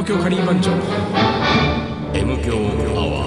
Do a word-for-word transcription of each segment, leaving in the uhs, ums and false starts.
東京カリー番長 M 強アワ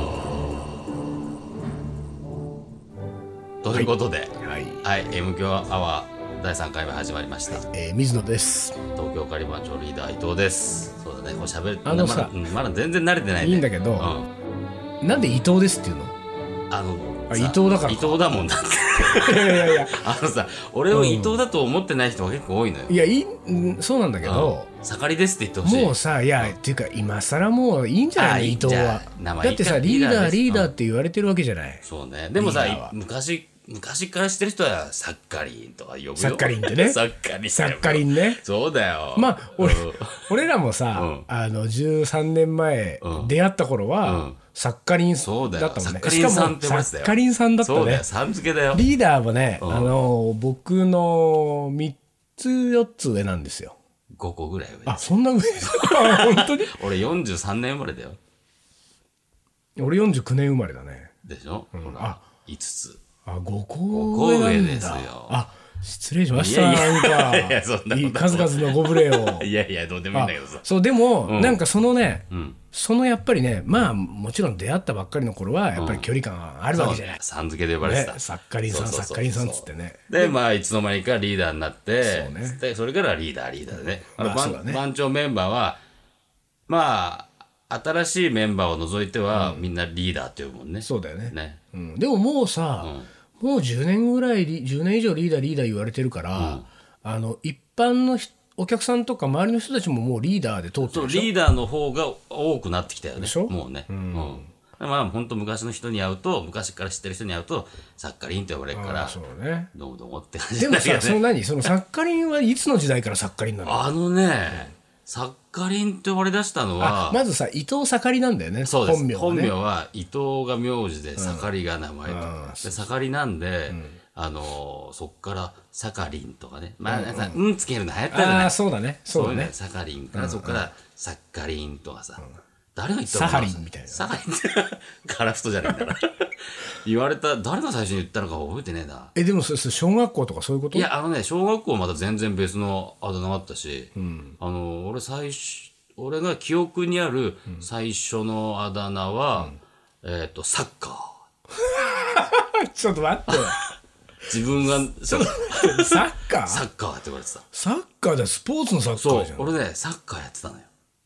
ーということで、 はいはい、M 強アワーだいさんかいめ始まりました。 えー、水野です。 東京カリー番長リーダー伊藤です。そうだね、こう喋るあのさ、 まだ、うん、まだ全然慣れてないね。 いいんだけど、うん、なんで伊藤ですっていうの？ あのあ、伊藤だからか。 伊藤だもんだっていやいやいやあのさ、俺を伊藤だと思ってない人が結構多いのよ。 いや、いい、そうなんだけど、 盛りですって言ってほしい。 もうさ、いや、うん、っていうか今更もういいんじゃないの、伊藤は。だってさ、リーダーリーダーって言われてるわけじゃない。 そうね。でもさ、昔昔から知ってる人はサッカリンとか呼ぶよ。 サッカリンってね。 サッカリン。 サッカリンね。 そうだよ。 まあ、俺、うん、俺らもさ、うん、あの、じゅうさんねんまえ、うん、出会った頃は、うん、サッカリンだったもんね。 サッカリンさんって言われてたよ。 サッカリンさんだったね。 そうだよ、さん付けだよ。 リーダーもね、うん、あの、僕のみっつよっつ上なんですよ。 ごこぐらい上です。 あ、そんな上本当に俺よんじゅうさんねん生まれだよ。 俺よんじゅうきゅうねん生まれだね。 でしょ、うん、ほら、あ、いつつ。 あ、ごこ上なんだ。 ごこ上ですよ。 あ、失礼しました。 いやいやなんか、 いや、そんなこと数々のご無礼を。 いやいや、どうでもいいんだけどさ。 そう、でも、うん、なんかそのね、 うん、 そのやっぱりね、まあ、もちろん出会ったばっかりの頃は、やっぱり距離感があるわけじゃない。 うん、さん付けで呼ばれてた。 ね、サッカリンさん、サッカリンさんっつってね。 で、まあ、いつの間にかリーダーになって、 そうね、 でそれからリーダー、リーダーでね。 まあそうね、 番長メンバーは、まあ、新しいメンバーを除いては、うん、みんなリーダーって呼ぶもんね。 そうだよね。 ね、 うん、でももうさ、うん、もうじゅうねんぐらい、じゅうねん以上リーダー、リーダー言われてるから、うん、あの、一般のお客さんとか周りの人たちももうリーダーで通ってるでしょ。 そう、リーダーの方が多くなってきたよね。 でしょもうね。 うん。 うん、まあ、本当昔の人に会うと、昔から知ってる人に会うと、サッカリンって呼ばれるから、 そうね、 どうもどうもって感じだけどね。 でもさ、その何そのサッカリンはいつの時代からサッカリンなの？ あのね、サッカリンって呼ばれ出したのは、 まずさ、伊藤盛りなんだよね。 そうです。 本名は、ね、 本名は伊藤が名字で、盛りが名前と。うん、で、盛りなんで、うん、あのー、そっからサカリンとかね、まあ、なんか、うん、うんつけるの流行ったじゃない。 ああ、そうだね。そうだね。 サカリンから、そっからサッカリンとかさ、うん、誰が言ったの？サハリンみたいな。 サハリンってカラフトじゃないんだから言われた、誰が最初に言ったのか覚えてねえな。 え、でもそれ小学校とかそういうこと？ いや、あのね、小学校また全然別のあだ名があったし、うん、あの俺最初俺が記憶にある最初のあだ名は、うん、えっ、ー、とサッカーちょっと待って自分がサッカーサッカーって言われてた。 サッカーでスポーツのサッカーじゃん。 そう、俺ねサッカーやってたのよ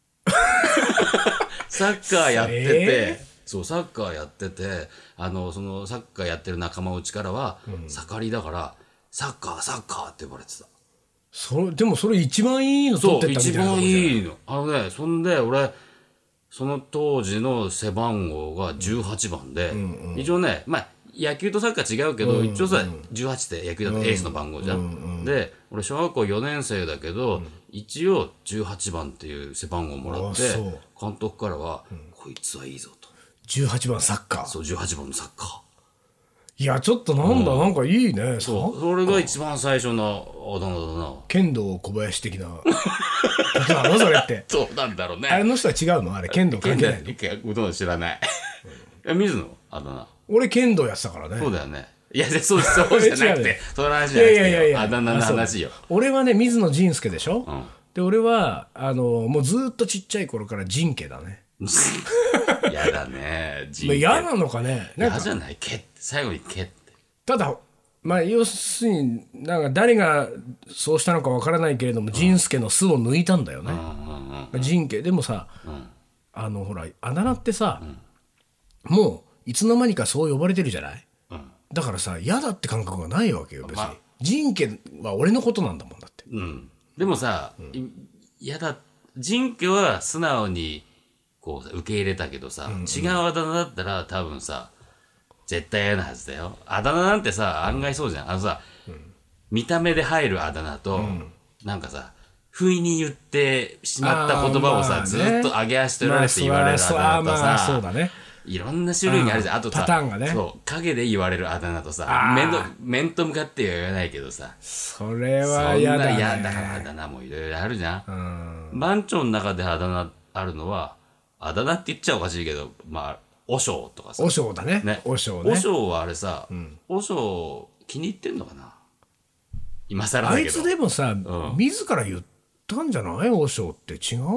サッカーやってて、えー、そうサッカーやってて、あのそのサッカーやってる仲間内からは、うん、盛りだからサッカーサッカーって呼ばれてた。 それでもそれ一番いいの取ってったみたいな。 そう、一番いいの。あのね、そんで俺その当時の背番号がじゅうはちばんで、うんうん、一応ね、まあ野球とサッカー違うけど、うんうん、一応さじゅうはちって野球だとエースの番号じゃん、うんうん、で俺小学校よねん生だけど、うん、一応じゅうはちばんっていう背番号をもらって、監督からは、うん、こいつはいいぞと。 じゅうはちばんサッカー。 そうじゅうはちばんのサッカー。いやちょっとなんだ、うん、なんかいいね。 そう、それが一番最初のあだ名だな。 剣道小林的なことなのそれってそうなんだろうね。 あれの人は違うの？あれ剣道関係ないの？ うどん知らない。いや水野あだ名。 俺剣道やってたからね。 そうだよね。いやそうそうじゃなくてその話じゃなくて、いやいやいやあだ名の話よ。 俺はね水野仁介でしょ、うん、で俺はあのもうずっとちっちゃい頃から仁家だね。 やだね。 嫌なのかね。 嫌じゃない。け最後にけって。 ただまあ要するになんか誰がそうしたのかわからないけれども、仁介の巣を抜いたんだよね。仁家でもさ、うん、あのほらあだ名ってさ、うん、もういつの間にかそう呼ばれてるじゃない。うん、だからさ嫌だって感覚がないわけよ別に。仁家は俺のことなんだもんだって。 うん、でもさ嫌、うん、だ仁家は素直にこう受け入れたけどさ、うんうん、違うあだ名だったら多分さ絶対嫌なはずだよ。あだ名なんてさ案外そうじゃん。あのさ、うん、見た目で入るあだ名と、うん、なんかさ不意に言ってしまった言葉をさ、まあね、ずっと上げ足取られて言われるあだ名とさ、まあそうだね、いろんな種類があるじゃん。あとさパターンがね、 そう影で言われるあだ名とさ面と面と向かっては言わないけどさ、 それは嫌だね。 そんな嫌だあだ名もいろいろあるじゃん。うん、番長の中であだ名あるのはあだ名って言っちゃおかしいけど、まあ和尚とかさ。 和尚だね。ね、和尚ね。 和尚はあれさ、うん、和尚気に入ってんのかな。今更だけど。 あいつでもさ、うん、自ら言ったんじゃない？和尚って違う？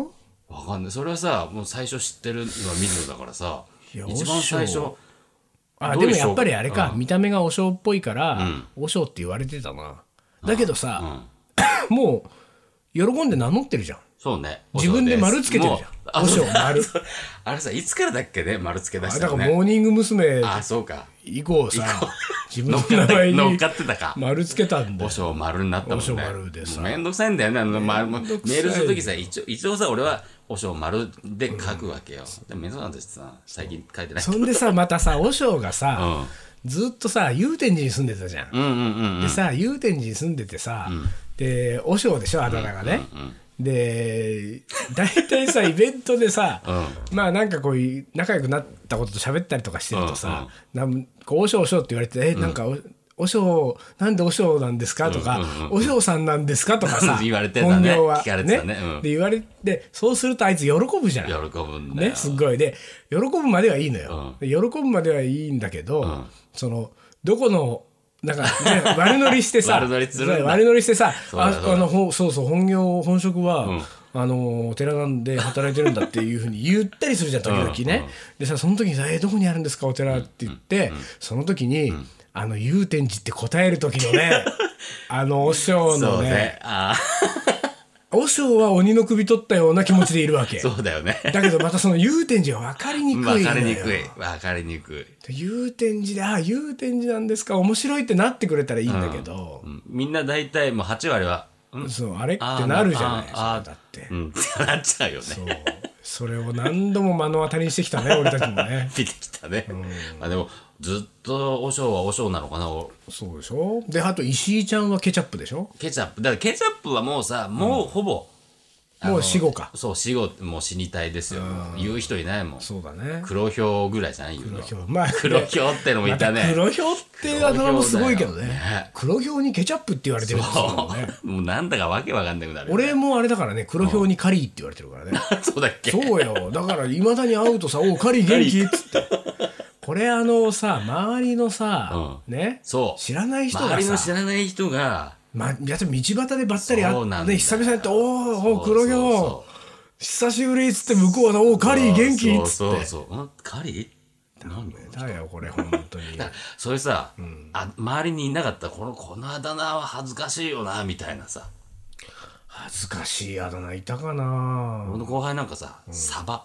わかんない。それはさ、もう最初知ってるのは水野だからさ、 いや一番最初。 あ、 どういうしょうでもやっぱりあれか、 うん見た目がお尚っぽいから、お尚って言われてたな。だけどさ、もう喜んで名乗ってるじゃん。 そうね。 自分で丸つけてるじゃん。お尚丸。 あれさ、いつからだっけね、丸つけ出したのね。 だからモーニング娘。 あ、そうか。 以降さ、自分乗のっかって名前に乗っかってたか。 丸つけたんだよ。 お尚丸になったもんね。 お尚丸でさもうめんどくさいんだよね。あのまメめんどくさいールするときさ、一応、一応さ、俺はお尚丸で書くわけよ。でもめんどくさいんだしさ、最近書いてない。 そんでさ、またさ、お尚がさ、ずっとさ、祐天寺に住んでたじゃん。 うんうんうんうん。 でさ、祐天寺に住んでてさ、で、お尚でしょ、あだ名がね。で、大体さ、イベントでさ、まあなんかこういう仲良くなったことと喋ったりとかしてるとさ、なんこうお尚お尚って言われて、え、なんかお、お尚、なんでお尚なんですかとか、お尚さんなんですかとかさ、 言われてたね本業は。 聞かれてたねうんで、言われて、そうするとあいつ喜ぶじゃん。 喜ぶんだよ。 ね、すっごい。で、喜ぶまではいいのよ。で喜ぶまではいいんだけど、その、どこの、なんかね、悪乗りしてさ、 悪乗りするんだ悪乗りしてさ、 そうだそうだああの、ほそうそう、本業、本職は、あの、お寺なんで働いてるんだっていうふうに言ったりするじゃん、時々ね。でさ、その時にさ、え、どこにあるんですか、お寺って言って、その時に、あの、祐天寺って答える時のね、あの、和尚のね、 そうね。あ和尚は鬼の首取ったような気持ちでいるわけ。 あ、そうだよね。 だけどまたその祐天寺は分かりにくいのよ。 分かりにくい。分かりにくい。 祐天寺で、ああ、祐天寺なんですか、面白いってなってくれたらいいんだけど、 うんみんな大体もうはち割は、うんそう、あれってあーなるじゃないあーあーだって。 うん、ってなっちゃうよね。 そう。それを何度も目の当たりにしてきたね、俺たちもね。 見てきたね。まあでも、ずっとお尚はお尚なのかな。おそうでしょ。で、あと石井ちゃんはケチャップでしょ。 ケチャップ。だからケチャップはもうさ、もうほぼ、あのもう死後か。 そう、死後、もう死にたいですよ。もう言う人いないもん。 そうだね。 黒ひょうぐらいじゃない言うの。 黒ひょう。まあ、 黒ひょうってのもいたね。 また黒ひょうってあのもすごいけどねね。 黒ひょうにケチャップって言われてるんですよね。 もうなんだかわけわかんなくなるよね。 俺もあれだからね、黒ひょうにカリーって言われてるからね。 そうだっけ。 そうよ。だから、いまだに会うとさ、おう、カリー元気っつって。これあのさ、周りのさ、ね、 そう。 知らない人周りの知がさ、 らない人が、 ま、やつ道端でばったり会って、 そうなんだよね、久々に会って、おー、おう、 そうそう黒ひょうそ、 久しぶりっつって、向こうはさ、おう、カリー元気っつって。 そうそうそう。んカリー何だよ、これ、本当に。 それさ、あ、周りにいなかったらこの、このあだ名は恥ずかしいよな、みたいなさ。 恥ずかしいあだ名いたかな。 俺の後輩なんかさ、サバ。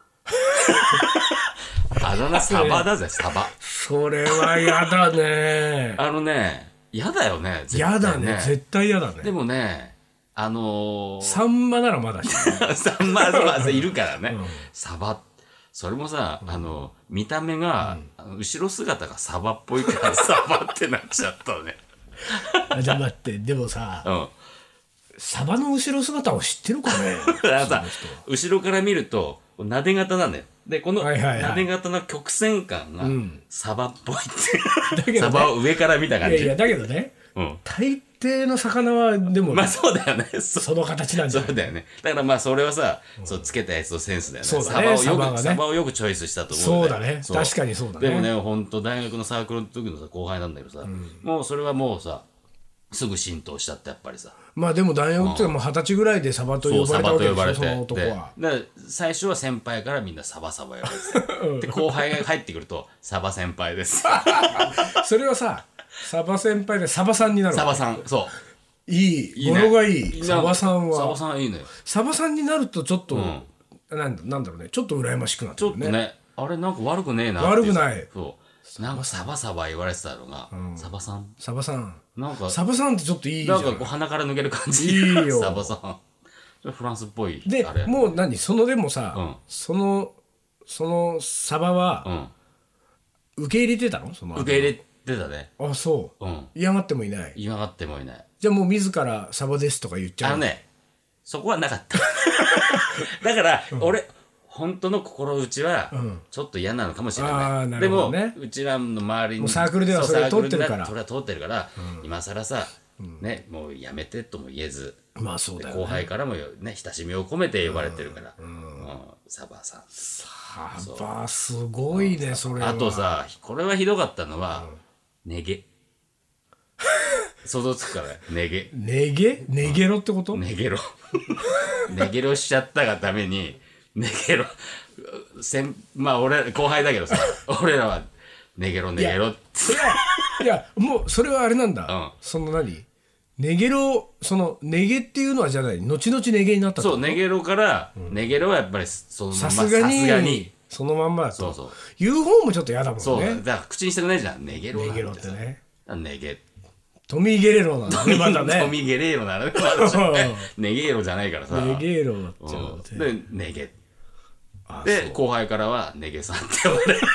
あだ名サバだぜ、サバ。 それは嫌だね。 あのね、嫌だよね、絶対嫌だね、絶対嫌だね。 でもね、あのー、 サンマならまだしも。 サンマはいるからね。サバ。それもさ、あの、見た目が、あの後ろ姿がサバっぽいからサバってなっちゃったね。 あじゃあ待って、でもさ、 うん。 サバの後ろ姿を知ってるかね。 だからさ、後ろから見ると、なで型なんだよ。で、このはいはいはいなで型の曲線感が、サバっぽいって。 だけどねサバを上から見た感じ。 いやいや、だけどね、 うん。 大抵の魚は、でも、 まあそうだよね。そその形なんじゃない。 そうだよね。だからまあそれはさ、そうつけたやつのセンスだよね。 そうだねサバをよく、 サバがねサバをよくチョイスしたと思うんだよ。 そうだねそう確かにそうだねでもね、ほんと大学のサークルの時のさ、後輩なんだけどさ、もうそれはもうさ、すぐ浸透しちゃってやっぱりさ。 まあでも大学っていうかもう二十歳ぐらいでサバと呼ばれたわけでしょ、その男で、 は。 だから最初は先輩からみんなサバサバ呼ばれてて、で、後輩が入ってくると、サバ先輩です。 それはさ、サバ先輩でサバさんになるわサバさん、そいい、 う。いいね語呂がいい。 なサバさんサバは。 さんいいのよ。 サバさんになるとちょっと、なんだなんだろうね、ちょっと羨ましくなってちょるね。 っとね、あれなんか悪くねえなってう悪くないそう。なんかサバサバ言われてたのが、サバさんサバさん。 なんか、 サバさんってちょっといいじゃん。 なんかこう鼻から抜ける感じ。 いいよサバさん。ちょっとフランスっぽい。 であれ、 もう何そのでもさ、 うんその、そのサバはうん。 受け入れてたのその受け入れてたね。 あ、そう。 うん。 嫌がってもいない。 言いやがってもいない。 じゃあもう自らサバですとか言っちゃう。 あのね、そこはなかった。だから、俺、本当の心打ちは、ちょっと嫌なのかもしれあない。 ーなでもるほどね、 うちらの周りに。 もうサークルではうそれサークル通ってるからそれは通ってるから、今更さ、ね、もうやめてとも言えず、 まあそうだよね。 後輩からもね、親しみを込めて呼ばれてるから、うんサバさん。 サバすごいね、それは。 あとさ、これはひどかったのは、ネゲ。想像つくから、ネゲ。 ネゲネゲロってこと、 ネゲロ。 ネゲロしちゃったがために、ネゲロ、先まあ俺、後輩だけどさ、俺らは、ネゲロネゲロって。 いや、もう、それはあれなんだ。 うん、 その何ネゲロ、その、ネゲっていうのはじゃない、後々ネゲになったってこと。 そう、ネゲロから、うん、ネゲロはやっぱり、そのまま、 さすがに、さすがにそのまんまだと。 そうそう。 言う方もちょっと嫌だもんね。 そう、だから口にしたくないじゃん、ネゲロなんて。 ネゲロってね。 ネゲ。 トミー・ゲレーロなんだね、まだね。 トミー・ゲレーロなのね。ネゲーロじゃないからさ。 ネゲーロだっちゃう、 うん。で、ネゲ。で、後輩からは、ネゲさんって呼ばれる。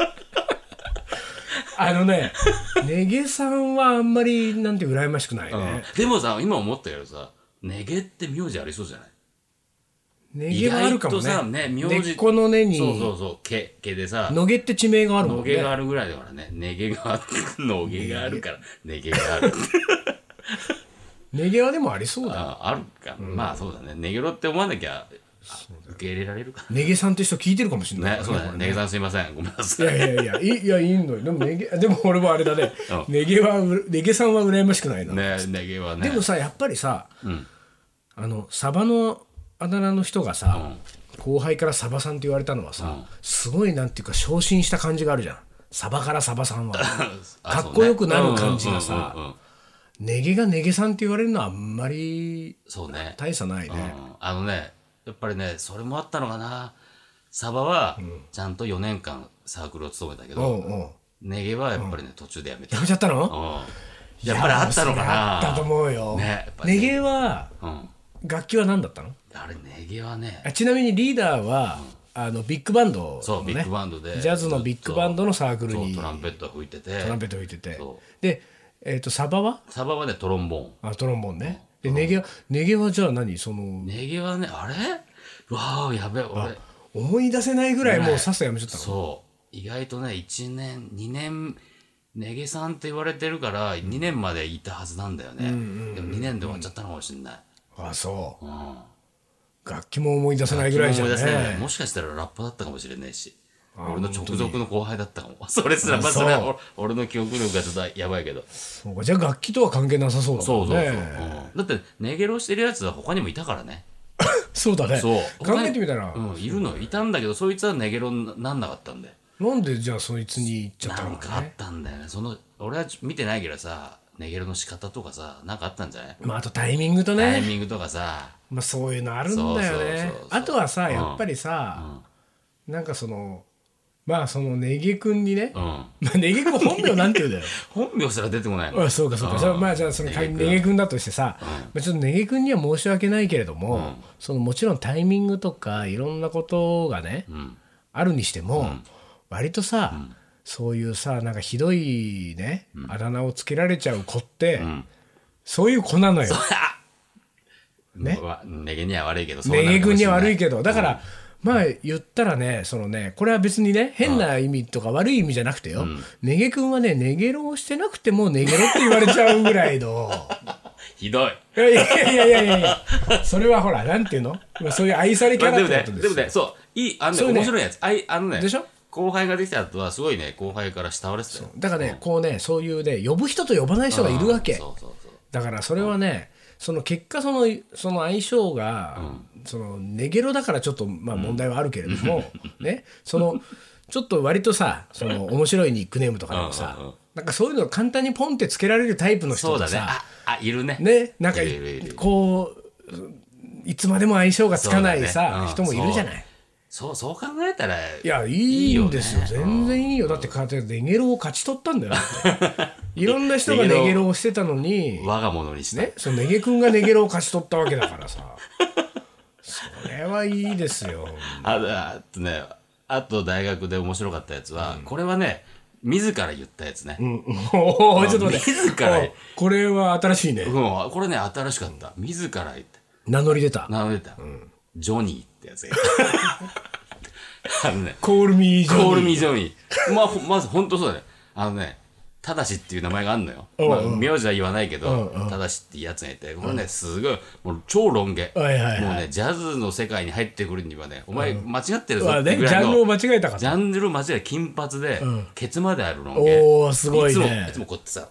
あのね、ネゲさんはあんまりなんて羨ましくないね。 うん、でもさ、今思ったけどさ、ネゲって名字ありそうじゃない？ ネゲはあるかもね。 意外とさ、ね、名字。 根っこの根に。 そうそうそう、毛、毛でさ。 野毛って地名があるもんね。 野毛があるぐらいだからね。ネゲがある。野毛があるから、ネゲがある。 ネゲはでもありそうだ。 あ、あるか。うん、まあそうだね。ネゲロって思わなきゃ、受け入れられるか。 ネゲさんって人聞いてるかもしれない、 ね。そうだね。ネゲさんすいません。ごめんなさい。 いやいやいや、いい、いや、いいのよ。でもネゲ、でも俺もあれだね。ネゲは、ネゲさんは羨ましくないな。 ね、ネゲはね。 でもさ、やっぱりさ、うん、あの、サバのあだ名の人がさ、うん後輩からサバさんって言われたのはさ、うん、すごいなんていうか昇進した感じがあるじゃん。サバからサバさんはかっこよくなる感じがさ、ネゲがネゲさんって言われるのはあんまり大差ないね、 うん、あのねやっぱりねそれもあったのかな。サバはちゃんとよねんかんサークルを務めたけど、うん、ネゲはやっぱりね、うん、途中でやめた。 やめちゃったの、 うん、やっぱりあったのかな。 あったと思うよ、ね、ネゲは、うん、楽器は何だったの？ あれネゲはね、 ちなみにリーダーは、うん、あのビッグバンドの、ね、 そうビッグバンドでジャズのビッグバンドのサークルにトランペット吹いててトランペット吹いててで、えー、とサバはサバはねトロンボーン。 あトロンボーンね、うん、でネゲはネゲはじゃあ何そのネゲはねあれわあやべえ俺思い出せないぐらいもうさっさやめちゃったの。 そう意外とねいちねんにねんネゲさんって言われてるからにねんまでいたはずなんだよね、うんうんうんうん、でもにねんで終わっちゃったのかもしれない。 あそう、うん楽器も思い出せないぐらいじゃね。 もしかしたらラッパだったかもしれないし、俺の直属の後輩だったかも。それすらまあそれは俺の記憶力がちょっとやばいけど。 そうかじゃあ楽器とは関係なさそうだもんね。そうそうそう、 うん、だってネゲロしてるやつは他にもいたからね。 そうだね。そう考えてみたら、 うん、いるのいたんだけどそいつはネゲロになんなかったんで。 なんでじゃあそいつに行っちゃったのかね。 なんかあったんだよね。その俺は見てないけどさ。ネゲロの仕方とかさなんかあったんじゃない？ まああとタイミングとねタイミングとかさまあそういうのあるんだよね。あとはさやっぱりさ、うん、なんかそのまあそのネゲ君にね、うん、まあネゲ君本名なんて言うんだよ本名すら出てこないの。 あそうかそうか、うん、まあじゃあそのネゲ君だとしてさ、うんまあ、ちょっとネゲ君には申し訳ないけれども、うん、そのもちろんタイミングとかいろんなことがね、うん、あるにしても、うん、割とさ、うんそういうさなんかひどいね、うん、あだ名をつけられちゃう子って、うん、そういう子なのよ。 ね。ネゲには悪いけどネゲ君には悪いけどだから、うん、まあ言ったらねそのねこれは別にね変な意味とか悪い意味じゃなくてよ、うん、ネゲ君はねネゲロをしてなくてもネゲロって言われちゃうぐらいのひどい。 いやいやいやいやいやいやそれはほらなんていうのそういう愛されキャラってことですよ。 でもねそういいあのね面白いやつあいあのねでしょ後輩ができた後はすごいね後輩から慕われてたよ。 だからね、うん、こうねそういうね呼ぶ人と呼ばない人がいるわけ。そうそうそうだからそれはね、うん、その結果そのその相性が、うん、そのネゲロだからちょっとまあ問題はあるけれども、うん、ねそのちょっと割とさその面白いニックネームとかでもさ、うんうんうん、なんかそういうのを簡単にポンってつけられるタイプの人がさそうだねああいるねねなんかこういつまでも相性がつかないさ、ねうん、人もいるじゃない。 そうそう考えたらいやいいんですよ、ね、全然いいよ。だってネゲロを勝ち取ったんだよいろんな人がネゲロをしてたのに我が物にした、 ね、そのネゲ君がネゲロを勝ち取ったわけだからさそれはいいですよ。 あ, あとねあと大学で面白かったやつは、うん、これはね自ら言ったやつね、うん、 おおちょっと待って自らこれは新しいね、 うん、これね新しかった自ら言って名乗り出た名乗り出た、うん、ジョニーってやつがあのねコールミージョニーコールミージョニーまあまず本当そうだねあのねただしっていう名前があるのよ、まあ、名字は言わないけどただしっていうやつがいてこれねすごいもう超ロン毛、はいはいはい、もうねジャズの世界に入ってくるにはねお前間違ってるぞってぐらいの、 ジャンルを間違えたかジャンルを間違え金髪で、うん、ケツまであるロン毛おーすごいねいつもいつもこうやってさ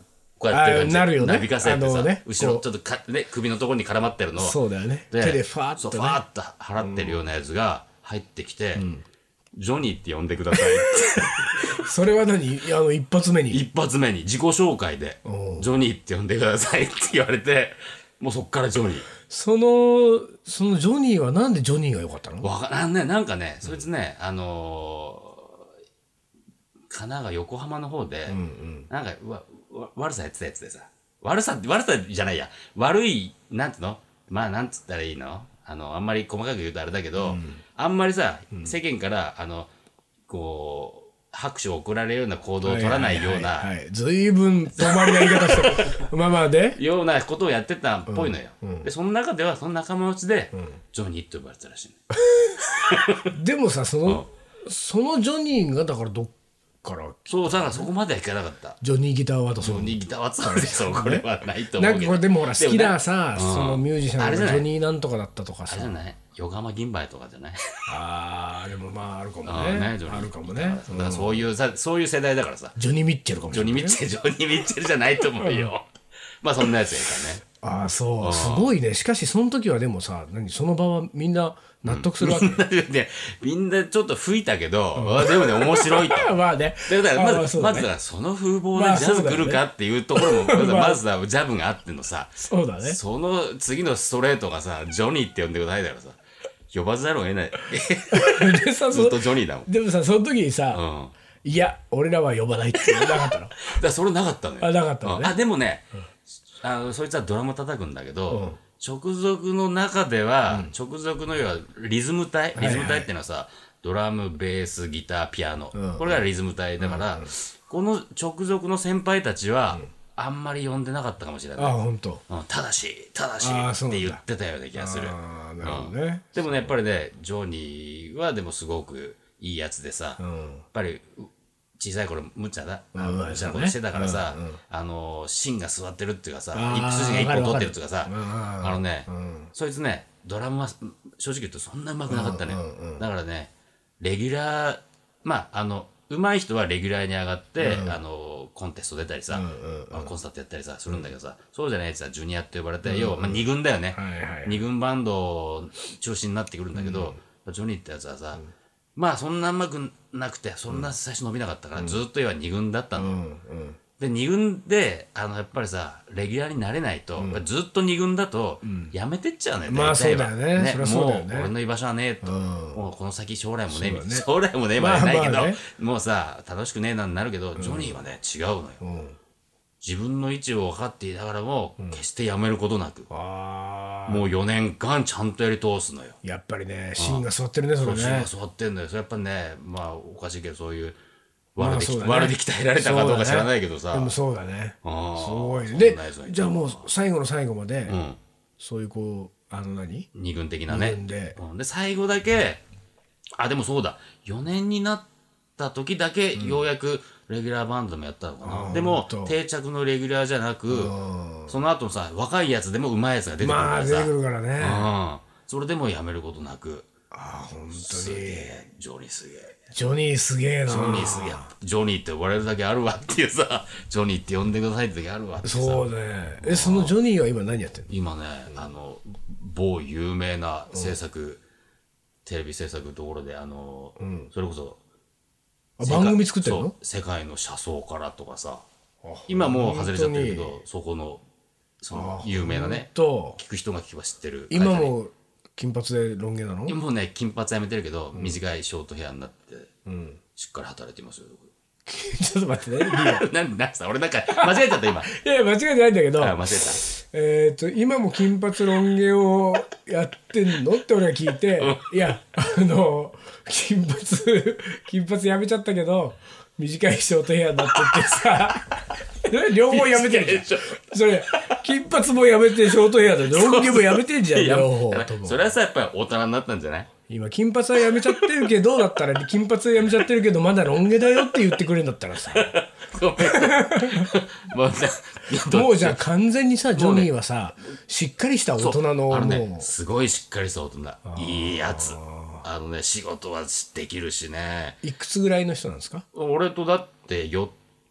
こうやってる感じあなるよねなびかせてさ、 あのね後ろこうちょっとか、ね、首のところに絡まってるのをそうだよねで手でファーッとねそうファーッと払ってるようなやつが入ってきて、ジョニーって呼んでくださいってそれは何あの一発目に一発目に自己紹介でジョニーって呼んでくださいって言われて、もうそっからジョニーそのそのジョニーはなんでジョニーが良かったの？ わからんね、なんかね、そいつね、あのー神奈川横浜の方で、なんかわわ悪さやってたやつでさ、悪さ悪さじゃないや、悪いなんていうの、まあなんつったらいいの、あのあんまり細かく言うとあれだけど、あんまりさ、世間からあのこう拍手を送られるような行動を取らないようなずいぶん遠回りな言い方してるまあまあでようなことをやってたっぽいのよ。でその中ではその仲間内で、ジョニーって呼ばれてたらしいの。 でもさそのそのジョニーがだからどっからそうだからそこまではいかなかった。 ジョニーギターワトソンジョニーギターはそうですよ、これはないと思うけど。 なんかこれでもほら好きなさ、 でもねそのミュージシャンがジあれじゃないョニーなんとかだったとかさあれじゃない横浜銀杯とかじゃないあーでもまああるかもあねねジョニーあるかもねだからそういうさ、そういう世代だからさ、 ジョニー・ミッチェルかもしジョれないニー・ミッチェル、ジョニー・ミッチェルじゃないと思うよ。まあそんなやつやからね。 ああそうすごいね。しかしその時はでもさ何その場はみんな納得するわけ、 でみんなちょっと吹いたけど、あでもね、面白いと。 まあねだからまあまあず、 そうだねまずはその風貌まあでジャズ来るかっていうところも、まずまあまずはジャブがあってのさ、 そうだねその次のストレートがさ、ジョニーって呼んでくださいだからさ、呼ばざるを得ない。 でさずっとジョニーだもん。 でもさその時にさ、 うん。 いや俺らは呼ばないって言うのなかったのだからそれなかったのよ。 あなかったのねうんあ、でもね、あの、そいつはドラム叩くんだけど、直属の中では、直属の要はリズム隊、リズム隊っていうのはさ、ドラム、ベース、ギター、ピアノ。これがリズム隊だから、この直属の先輩たちは、あんまり呼んでなかったかもしれない。 あ本当うんただし、ただしあそうなんだって言ってたような気がする。 ああなるほどね、 でもね、やっぱりね、ジョニーはでもすごくいいやつでさ、やっぱりう小さい頃、むっちゃだ、 うんうんむっちゃなことしてたからさ、あの、芯が座ってるっていうかさ、一筋が一本取ってるっていうかさ、あのね、そいつね、ドラムは正直言うとそんな上手くなかったのよ。だからね、レギュラー、まあ、あの、上手い人はレギュラーに上がって、あの、コンテスト出たりさ、まあコンサートやったりさ、するんだけどさ、そうじゃないやつはジュニアって呼ばれて、要は、まあ、二軍だよね。 はいはい二軍バンド中心になってくるんだけど、ジョニーってやつはさ、まあそんなうまくなくて、そんな最初伸びなかったから、ずっと要は二軍だったのよ。で、二軍で、あの、やっぱりさ、レギュラーになれないと、やっぱずっと二軍だと、やめてっちゃうのよ、 まあ大体はそうだよねそりゃそうだよねもう、俺の居場所はねえと。もうこの先将来もねえ、みたいな。 そ将来もねえまでないけどまあまあね、 もうさ、楽しくねえなんなるけど、ジョニーはね、違うのよ。自分の位置を分かっていながらも、決してやめることなく、 あもうよねんかんちゃんとやり通すのよ。 あやっぱりね芯が座ってるねそれ年ねが座ってんのよ。それやっぱね、まあおかしいけど、そういう、悪でき、 まあそうだね悪で鍛えられたかどうか知らないけどさ。 でもそうだねあーすごいそんでなやつがいたじゃあもう最後の最後まで、 んそういうこうあの何二軍的なね。 二軍でうんで、最後だけ、あ、でもそうだ、よねんになった時だけ、ようやくレギュラーバンドもやったのかな。でもほんと、 定着のレギュラーじゃなく、その後さ、若いやつでも上手いやつが出てくるかまあらさ、 出てくるからねうん。それでもやめることなく、 あ本当すげにえ、ジョニーすげえ。 ジョニーすげえなジョニーすげえ。ジョニーって呼ばれるだけあるわっていうさ、ジョニーって呼んでくださいって時あるわってさ。 そうねえそのジョニーは今何やってんの？ 今ね、あの、某有名な制作、テレビ制作のところで、あの、それこそ、 あ番組作ってるの？ そう世界の車窓からとかさ、今もう外れちゃってるけど、そこの、その、有名なね、 と聞く人が聞けば知ってる。 今も金髪でロン毛なの？ 今もうね、金髪やめてるけど、短いショートヘアになって、しっかり働いてますよ。 ちょっと待ってねいいよなんで、なんでさ、俺なんか、間違えちゃった、今。 いや間違えてないんだけどあ、間違えっと今も金髪ロン毛をやってんのって俺が聞いていやあの金髪金髪やめちゃったけど短いショートヘアになってってさ両方やめてるじゃんそれ金髪もやめてショートヘアでロン毛もやめてんじゃんえた。 両方ともそれはさ、やっぱり大人になったんじゃない？ 今金髪はやめちゃってるけどだったら金髪はやめちゃってるけどまだロン毛だよって言ってくれるんだったらさごめん。もうねもうじゃあ完全にさジョニーはさしっかりした大人のあのもね、すごいしっかりした大人。いいやつ。あのね、仕事はできるしね。 ういくつぐらいの人なんですか？ 俺とだってよ、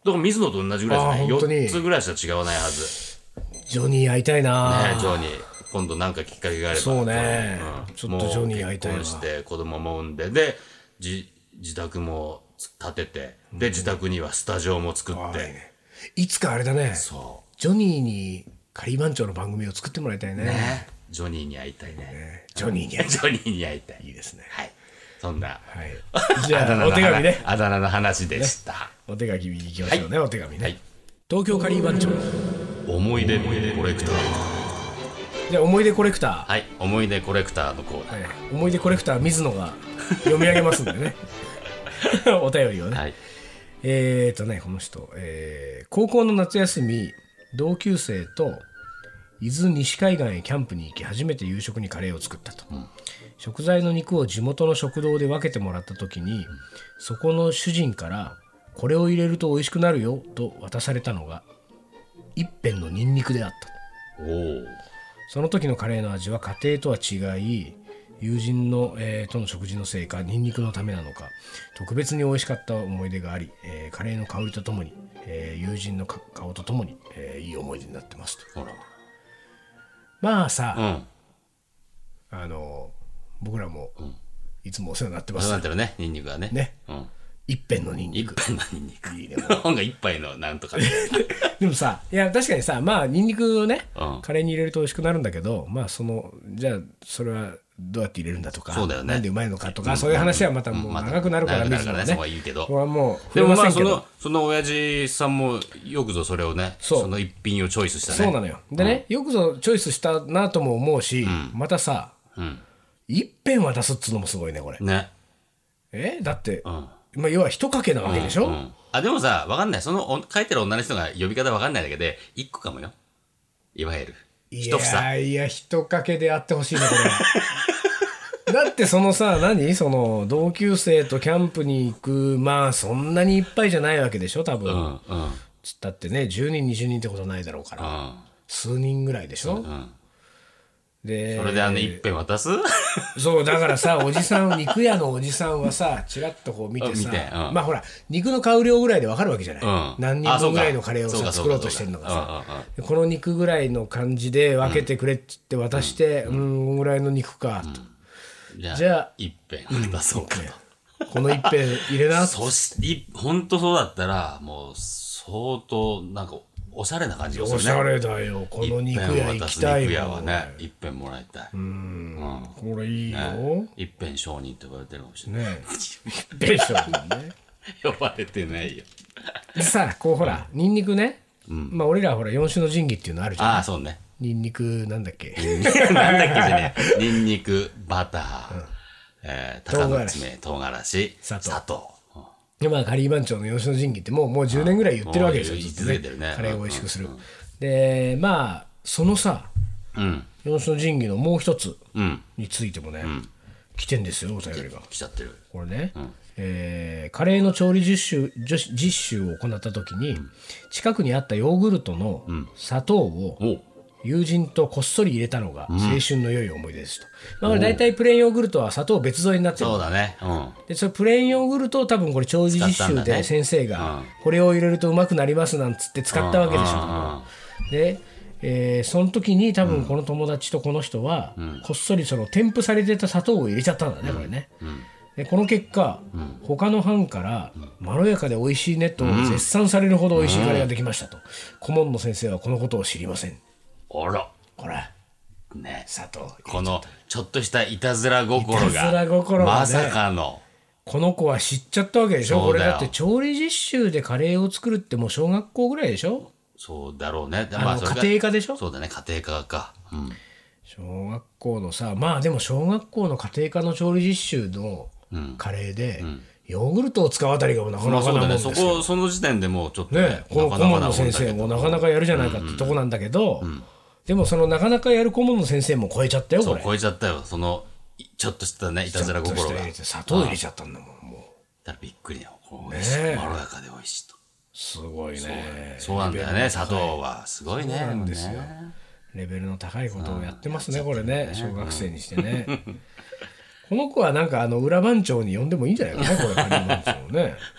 から水野と同じぐらいですね。 あー本当によっつぐらいしか違わないはず。 ジョニー会いたいな、 ね、ジョニー。今度なんかきっかけがあれば。 そうね、 うんちょっとジョニー会いたいわ。 もう結婚して子供も産んで、で、じ自宅も建てて、で、自宅にはスタジオも作って。 あーいいね、いつかあれだね、 そジョニーにカリー番長の番組を作ってもらいたいね。 う。ね。ジョニーに会いたいね。 ねジョニーに会いジョニーに会いたい。 いいですね。 はい。そんな。 はい。じゃあ、 あだ名のお手紙ね。 あだ名の話でした。 お手紙に行きましょうね、お手紙ね。 はい。 東京カリー番長。 思い出コレクター。 じゃあ、思い出コレクター。 はい。思い出コレクターのコーナー。 はい、思い出コレクター水野が読み上げますんでね。お便りをね。 はい。 えーとね、この人、えー高校の夏休み、同級生と伊豆西海岸へキャンプに行き、初めて夕食にカレーを作ったと。食材の肉を地元の食堂で分けてもらった時に、そこの主人からこれを入れると美味しくなるよと渡されたのが一片のニンニクであった。 おお。 その時のカレーの味は家庭とは違い、友人の、えーとの食事のせいかニンニクのためなのか特別に美味しかった思い出があり、えーカレーの香りとともに、えー友人のか顔とともに、えーいい思い出になってますと。 ほら。 まあさ、 うん。 あの僕らもいつもお世話になってます、 そうなってるね、ニンニクがね。 ね。 うん。 一片のニンニク。 一杯のニンニク。 いいね。 本が一杯のなんとかで。 でもさ、いや確かにさ、まあニンニクをね、 うんカレーに入れると美味しくなるんだけど、まあそのじゃあそれはどうやって入れるんだとか、 そうだよねなんでうまいのかとか、そういう話はまたもう長くなるから、 うんまた長くなるからね、そ水野はねこはいいけどこれはもうでもまあ触れせんけどそのその親父さんもよくぞそれをね、 そうその一品をチョイスしたね。 そうなのよ。でね、よくぞチョイスしたなとも思うし、またさ、 うん。 一片は出すっつうのもすごいねこれ。 ね。 えだって、 うん。 まあ要は一かけなわけでしょ。 うん。あ、でもさ、わかんない。そのお書いてる女の人が呼び方わかんないだけで、一個かもよ。いわゆる。 い一房。 やいや一かけであってほしいねこれは。だってそのさ、何その同級生とキャンプに行く、まあそんなにいっぱいじゃないわけでしょ多分。 うん。うん。 つったってね、じゅうにんにじゅうにんってことないだろうから、 うん。 数人ぐらいでしょ。 うん。 でそれであの一片渡すそうだからさ、おじさん肉屋のおじさんはさちらっとこう見てさ、 見てうんまあほら肉の買う量ぐらいで分かるわけじゃない、 うん何人あそうか分ぐらいのカレーをそうかさ作ろうとしてるのかそうかさ、 うんうんでこの肉ぐらいの感じで分けてくれって言って渡して、うん、うん、こんぐらいの肉かと、 じゃあ、 じゃあ一片渡そうかと。 この一片入れなそし、い、本当そうだったら、もう、相当、なんか、おしゃれな感じがするね。 おしゃれだよこの肉屋行きたい一片もん、 渡す肉屋はね、一片もらいたい。うん。 これいいよ、 ね一片商人って呼ばれてるかもしれない。 ねえベーションね呼ばれてないよ。 でさこうほら、ニンニクね、まあ俺らほら四種の神器っていうのあるじゃん。 ああ、そうね。 ニンニクなんだっけなんだっけじゃねえ。ニンニク、バター、えー、鷹の爪、唐辛子、 砂糖砂糖。 でまあカリー番長の四種の神器ってもうもうじゅうねんぐらい言ってるわけですよ、 もうずっと言い続けてるねカレーを美味しくする、でまあそのさうん。 四種の神器のもう一つうん。 についてもね、来てんですよお便りが来ちゃってる。 これね、えーカレーの調理実習実実習を行った時に、近くにあったヨーグルトの砂糖をお友人とこっそり入れたのが青春の良い思い出ですと、まあ、これ大体プレーンヨーグルトは砂糖別添えになってるそうだね。うん。 でそれプレーンヨーグルトを多分これ調理実習で使ったんだね先生がこれを入れるとうまくなりますなんつって使ったわけでしょ、で、えーその時に多分この友達とこの人はこっそりその添付されてた砂糖を入れちゃったんだねこれね、でこの結果、他の班からまろやかで美味しいねと絶賛されるほど美味しいカレーができましたと、顧問の先生はこのことを知りません。 あら。 ほらね。 砂糖この、ちょっとしたいたずら心が。 いたずら心がねまさかの。 この子は知っちゃったわけでしょ。 そうだよこれだって調理実習でカレーを作るってもう小学校ぐらいでしょ。 そうだろうね。 あのそれが家庭科でしょ。 そうだね、家庭科か。うん。 小学校のさ、まあでも小学校の家庭科の調理実習のカレーで、ヨーグルトを使うあたりがなかなかなもんまあそうだね。 ですよ。 そこ、その時点でもうちょっとねね、、この顧問の先生もなかなかやるじゃないかってとこなんだけど、でもそのなかなかやる顧問の先生も超えちゃったよこれ。 そう超えちゃったよ。その、いちょっとしたね、いたずら心が。 ちょっとした入れて砂糖入れちゃったんだもん。もうだからびっくりだよ。こう美味しいねえまろやかで美味しいと。 すごいね。 そうなんだよね、砂糖は。すごいね。 そうなんですよねレベルの高いことをやってますね、これね、小学生にしてね。この子はなんかあの裏番長に呼んでもいいんじゃないかな、これ、カリー番長をね。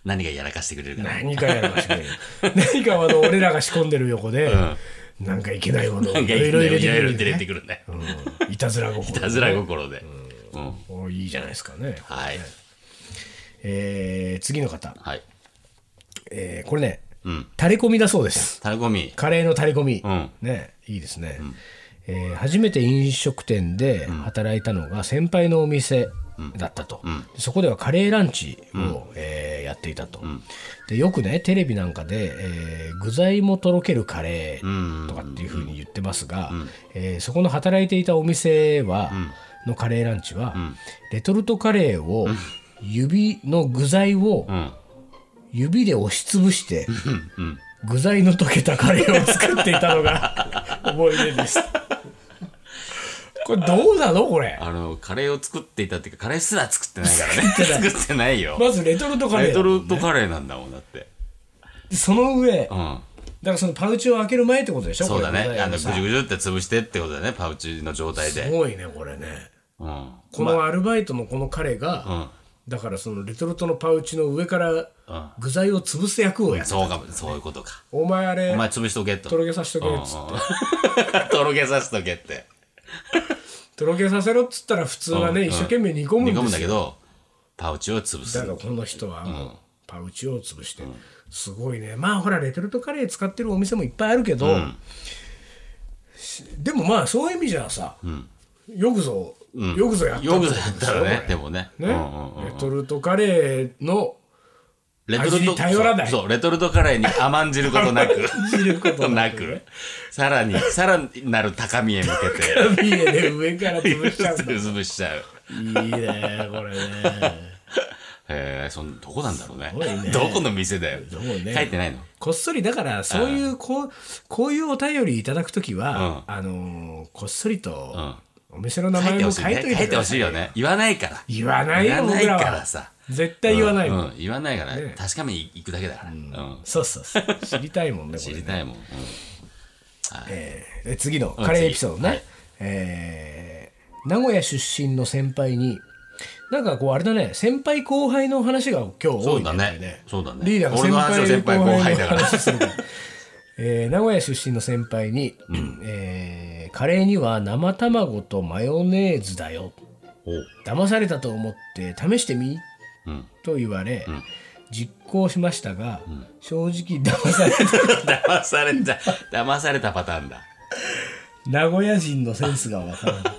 何かやらかしてくれるから。 何かやらかしてくれる何かあの俺らが仕込んでる横で、うん、なんかいけないものをいろいろ入れてくるね、うん、いたずら心で、 ね、いたずら心で、 うんうん、いいじゃないですかね。 はい、 えー、次の方、 はい、 えー、これね、 うん、 タレコミだそうです。 タレコミ、 カレーのタレコミ、 うん、 ね、いいですね、うん、えー、初めて飲食店で働いたのが先輩のお店だったと、うん、そこではカレーランチを、うんえー、やっていたと、うん、でよくねテレビなんかで、えー、具材もとろけるカレーとかっていう風に言ってますが、うんえー、そこの働いていたお店は、うん、のカレーランチは、うん、レトルトカレーを、うん、指の具材を、うん、指で押しつぶして、うんうん、具材の溶けたカレーを作っていたのが思い出です。これどうなのこれ。 あのカレーを作っていたっていうかカレーすら作ってないからね。作ってないよ。 まずレトルトカレー、ね、 レトルトカレーなんだもんだって。 その上、うん、だからそのパウチを開ける前ってことでしょ。 そうだね。あのぐじゅぐじゅって潰してってことだね、パウチの状態で。 すごいねこれね、うん、このアルバイトのこの彼が、まあ、だからそのレトルトのパウチの上から具材を潰す役をやった、 うん、そうかも、そういうことか。 お前あれお前潰しとけと、 とろけさしとけっつって、 うんうん、とろけさしとけってとろけさせろっつったら普通はね、うん、一生懸命煮込むんですよ。煮込むんだけどパウチを潰す。 だからこの人はパウチを潰して、うん、すごいね。まあほらレトルトカレー使ってるお店もいっぱいあるけど、うん、でもまあそういう意味じゃさ、うん、よくぞ、うん、よくぞやったよくぞやったらね。でもね、 ね、うんうんうん、レトルトカレーの味に頼らない。 そう、そうレトルトカレーに甘んじることなく甘んじることなく、ね、さらにさらなる高みへ向けて高みへね、上から潰しちゃう潰しちゃう。 いいねこれね。 へえ、そんどこなんだろう ね, ねどこの店だよ、ね、書いてないの。 こっそりだからそういうこう、こういうお便りいただくときは、うん、あのー、こっそりと、うん、お店の名前も書いておいてください。 書いてほしいよね。言わないから言わないよ。 言わないからさ、 絶対言わないもん、 うんうん、言わないから、ね、確かめに行くだけだから、うんうん、 そうそうそう知りたいもんね。これね知りたいもん、うんえー、次のカレーエピソードね、はいえー、名古屋出身の先輩になんかこうあれだね、先輩後輩の話が今日多いんだよね。 そうだね。 リーダーが先輩先輩後輩の話するから、えー、名古屋出身の先輩に、うんえー、カレーには生卵とマヨネーズだよ、騙されたと思って試してみ、うん、と言われ、うん、実行しましたが、うん、正直騙された騙された騙されたパターンだ。 名古屋人のセンスがわからない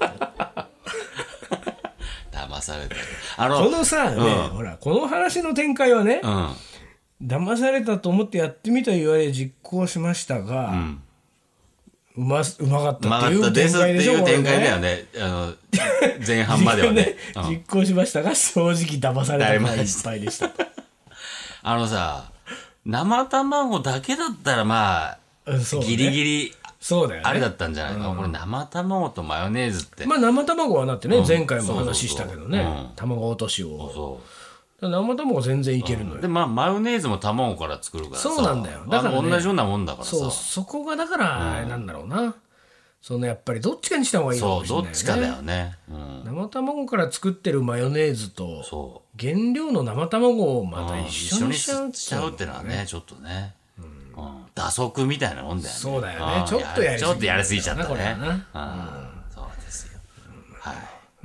騙された。 あのこのさ、ねうん、ほらこの話の展開はね、うん、騙されたと思ってやってみた言われ実行しましたが、うんうま、うまかったっていう展開でしょ。 うまかったですっていう展開だよね。あの前半まではね、 うん、実行しましたが正直騙されたのがいっぱいでしたあのさ、生卵だけだったらまあ、ね、ギリギリそうだよね、 あれだったんじゃないの、うん、これ生卵とマヨネーズって。 まあ生卵はなってね、うん、前回も話したけどね、そうそうそう、うん、卵落としを。そう生卵全然いけるのよ、 うん、でまあマヨネーズも卵から作るからさ。 そうなんだよ。だから、 ね、同じようなもんだからさ。 そう、そこがだからあれなんだろうな、うん、そのやっぱりどっちかにした方がいいかもしれないね。 そう、どっちかだよね、うん、 生卵から作ってるマヨネーズと原料の生卵をまた一緒にしちゃう、うん、 一緒にしちゃうってのはねちょっとね、うんうん、打足みたいなもんだよね。 そうだよね、ちょっとやりすぎちゃったね、 ちょっとやりすぎちゃったね、これはな、うん、そうですよ、はい。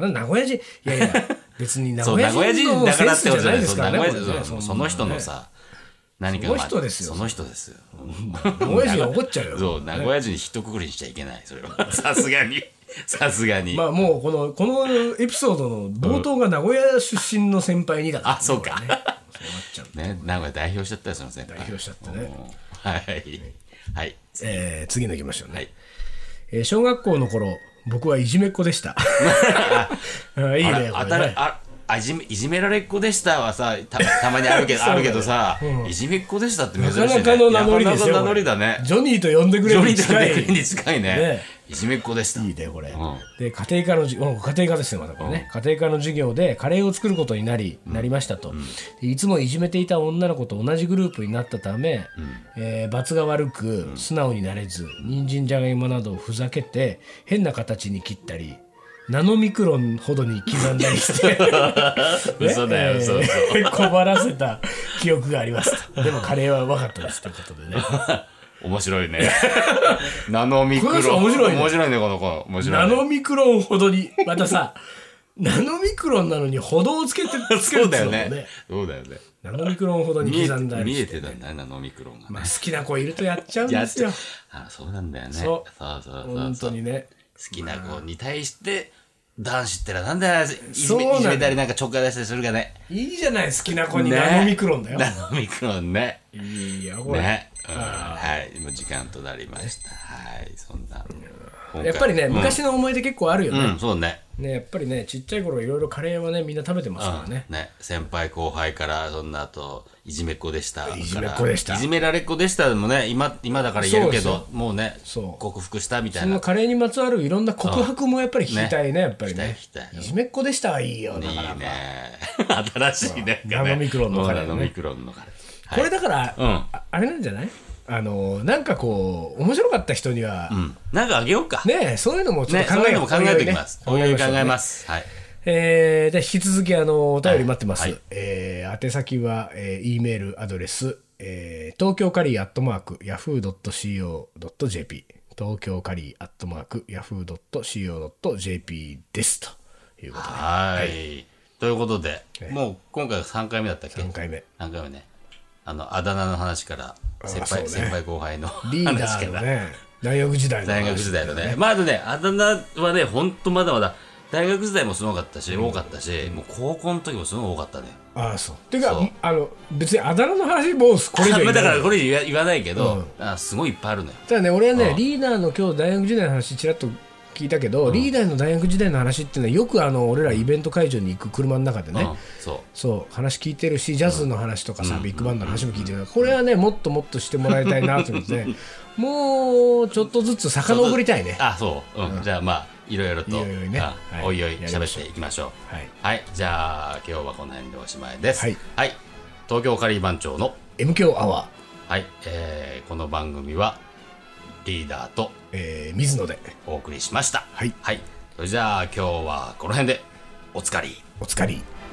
名古屋人、いやいや別に名古屋人のセンスじゃないですからね。 その人のさ、何かその人ですよ。 その人ですよ。 名古屋人怒っちゃうよ。 そう、名古屋人に一括りにしちゃいけない、それは。さすがに。さすがに。 まあもうこのこのエピソードの冒頭が名古屋出身の先輩にだから、 あ、そうか。ね、名古屋代表しちゃったよ、その先輩。 代表しちゃってね。 はいはい。 え次のいきましょうね。え小学校の頃。僕はいじめっ子でしたいいね、 あら、ああいじめ、いじめられっ子でしたはさ た, たまにあるけどあるけどさ、うん、いじめっ子でしたって珍しいね。 なかなかの名乗りですよ。 なかなか名乗りだね。 ジョニーと呼んでくれるに近い。 ジョニーと呼んでくれるに近いね。ね、いじめっ子でした。 いいねこれ、うん、で家庭科の家庭科ですよまたこれね、うん、家庭科の授業でカレーを作ることになり、うん、なりましたと、うん、でいつもいじめていた女の子と同じグループになったため、うんえー、罰が悪く、うん、素直になれず人参じゃがいもなどをふざけて変な形に切ったりナノミクロンほどに刻んだりして嘘だよ、そうそう。 小腹せた記憶がありますと。でもカレーはうまかったですということでね。 面白いね。ナノミクロン。 この人面白いね面白いね、この子。面白いね。 ナノミクロンほどに、またさ、ナノミクロンなのに歩道をつけてつけるそんですようだよね。そうだよね。 ナノミクロンほどに見え刻んだて、見えりしてて、 たんだね、ナノミクロンがね。 まあ、好きな子いるとやっちゃうんですよ。 あ、そうなんだよね。 そそううそうそうそう。 本当にね。 好きな子に対して、男子ってのはなんだよ、いじめそうなんだいじめたりなんかちょっかい出したりするかね。 いいじゃない、好きな子にねナノミクロンだよ。 ナノミクロンね。 いいよ、これ。 ね。うんはい。もう時間となりました。はい。そんな。今回やっぱりね、 うん昔の思い出結構あるよね。 うん、そうね。 ね、やっぱりね、ちっちゃい頃いろいろカレーはね、みんな食べてますからね。 ね、先輩後輩からそんな後いじめっ子でしたからいじめっ子でしたいじめられっ子でしたでもね今今だから言えるけそうどもうねそう克服したみたいそのなカレーにまつわるいろんな告白もやっぱり聞きたいね、やっぱりね。 聞きたい聞きたいいじめっ子でしたはいいよ、なかなか。 いいね新しいねナノミクロンのカレーねナノミクロンのカレーこれだから、 うんああれなんじゃないあの、なんかこう、面白かった人には、 うんなんかあげようかね、そういうのもちょっねと考えよう。 そういうのも考えておきますおいおいねおいおい考えますはいえー、で引き続きあのお便り待ってます、 はいはいえー宛先は、えー、E メールアドレス、えー、東京カリーアットマークヤフー ドット シーオー ドット ジェーピー 東京カリーアットマークヤフー ドット シーオー ドット ジェーピー ですということではいということでもう今回がさんかいめだったっけさんかいめさんかいめねあのあだ名の話から先あそうね輩先輩後輩のリーダ話からーのね大学時代の話大学時代のね。まあ、あとね、あだ名はね、ほんとまだまだ、大学時代もすごかったし、多かったし、もう高校の時もすごい多かったね。 ああそうていうかそうあの別にあだ名の話もうこれ以上いらないだからこれ言わ言わないけど、あすごいいっぱいあるのよ。 ただね俺はね、 うんリーダーの今日大学時代の話ちらっと聞いたけど、リーダーの大学時代の話っていうのはよくあの俺らイベント会場に行く車の中でね、 うん、そう。 そう話聞いてるしジャズの話とかさ、ビッグバンドの話も聞いてるからこれはねもっともっとしてもらいたいなと思ってねもうちょっとずつ遡りたいねあ、そう。うん。じゃあまあ、いろいろと、 いろいろねあはいおいおいやりましょう喋っていきましょう。 はいはい。じゃあ、今日はこの辺でおしまいです。 はい。 はい。東京カリー番長の、 M 強アワー、 はい。えー、この番組は、リーダーとえー、水野でお送りしました。 はいはい。それじゃあ、今日はこの辺で、おつかり。 おつかり。